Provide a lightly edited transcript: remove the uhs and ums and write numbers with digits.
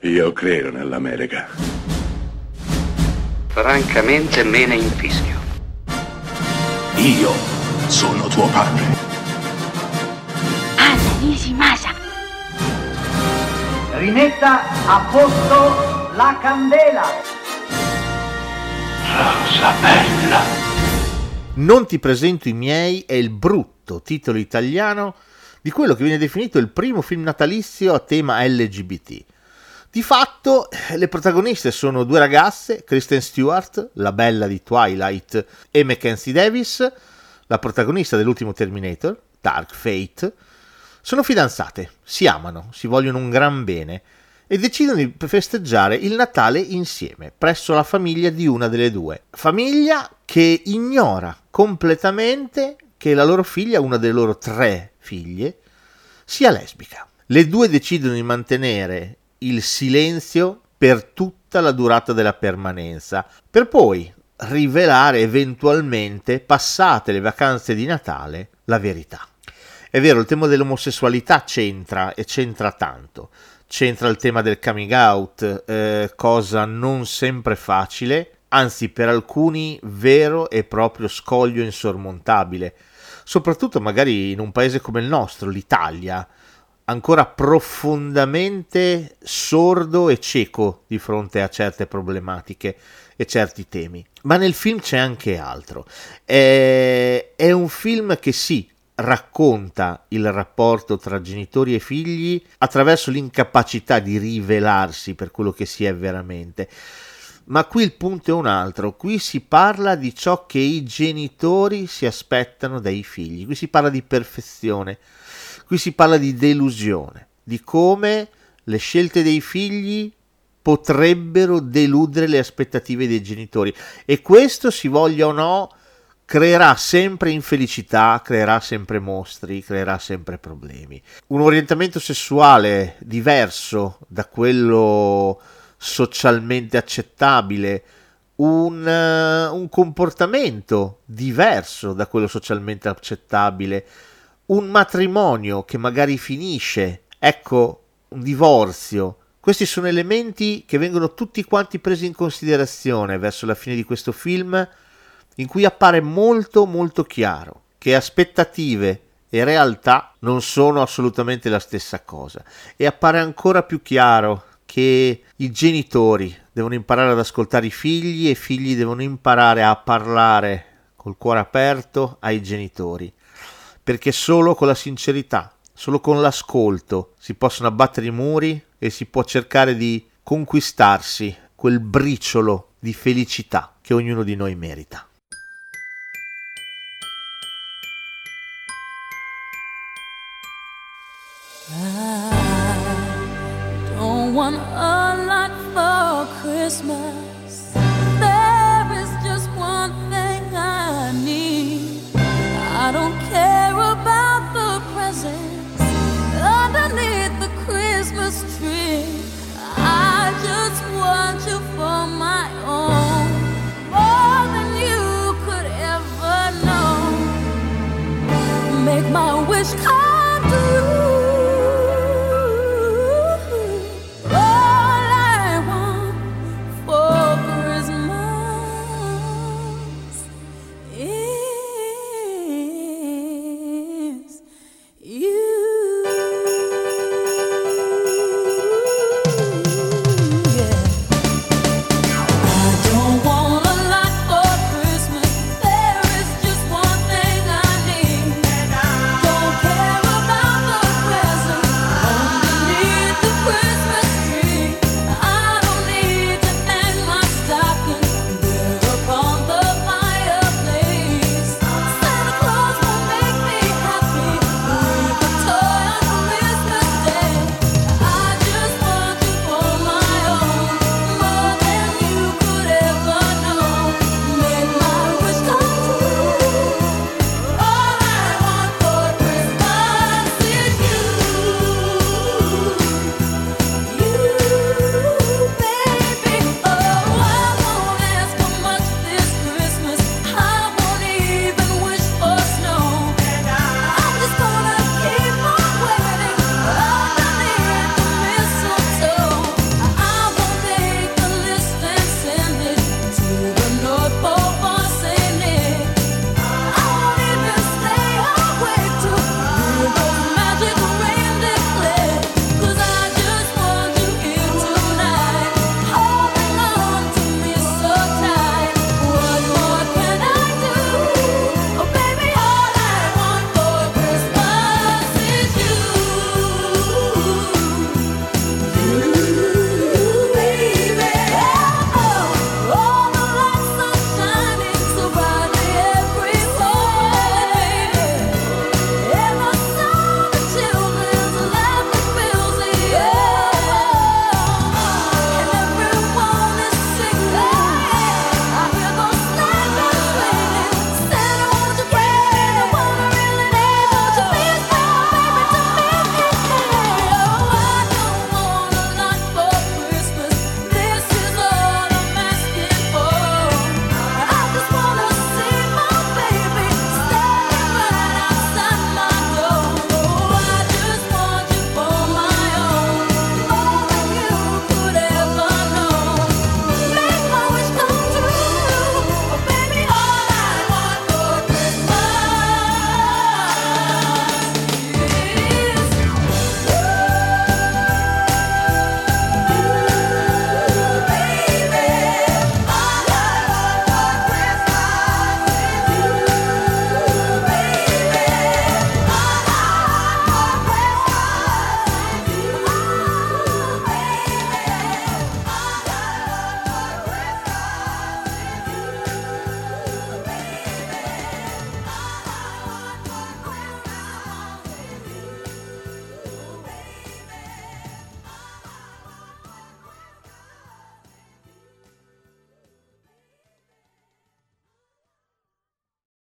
Io credo nell'America. Francamente me ne infischio. Io sono tuo padre. Anna Nishimasa. Rimetta a posto la candela. Rosa bella. Non ti presento i miei è il brutto titolo italiano di quello che viene definito il primo film natalizio a tema LGBT. Di fatto le protagoniste sono due ragazze, Kristen Stewart, la bella di Twilight, e Mackenzie Davis, la protagonista dell'ultimo Terminator, Dark Fate. Sono fidanzate, si amano, si vogliono un gran bene e decidono di festeggiare il Natale insieme, presso la famiglia di una delle due. Famiglia che ignora completamente che la loro figlia, una delle loro 3 figlie, sia lesbica. Le due decidono di mantenere il silenzio per tutta la durata della permanenza, per poi rivelare eventualmente, passate le vacanze di Natale, la verità. È vero, il tema dell'omosessualità c'entra e c'entra tanto. C'entra il tema del coming out, cosa non sempre facile, anzi per alcuni vero e proprio scoglio insormontabile, soprattutto magari in un paese come il nostro, l'Italia, ancora profondamente sordo e cieco di fronte a certe problematiche e certi temi. Ma nel film c'è anche altro. È un film che sì, racconta il rapporto tra genitori e figli attraverso l'incapacità di rivelarsi per quello che si è veramente. Ma qui il punto è un altro, qui si parla di ciò che i genitori si aspettano dai figli, qui si parla di perfezione, qui si parla di delusione, di come le scelte dei figli potrebbero deludere le aspettative dei genitori, e questo, si voglia o no, creerà sempre infelicità, creerà sempre mostri, creerà sempre problemi. Un orientamento sessuale diverso da quello socialmente accettabile, un comportamento diverso da quello socialmente accettabile, un matrimonio che magari finisce, ecco, un divorzio. Questi sono elementi che vengono tutti quanti presi in considerazione verso la fine di questo film, in cui appare molto molto chiaro che aspettative e realtà non sono assolutamente la stessa cosa, e appare ancora più chiaro che i genitori devono imparare ad ascoltare i figli e i figli devono imparare a parlare col cuore aperto ai genitori, perché solo con la sincerità, solo con l'ascolto si possono abbattere i muri e si può cercare di conquistarsi quel briciolo di felicità che ognuno di noi merita. I don't want a lot for Christmas.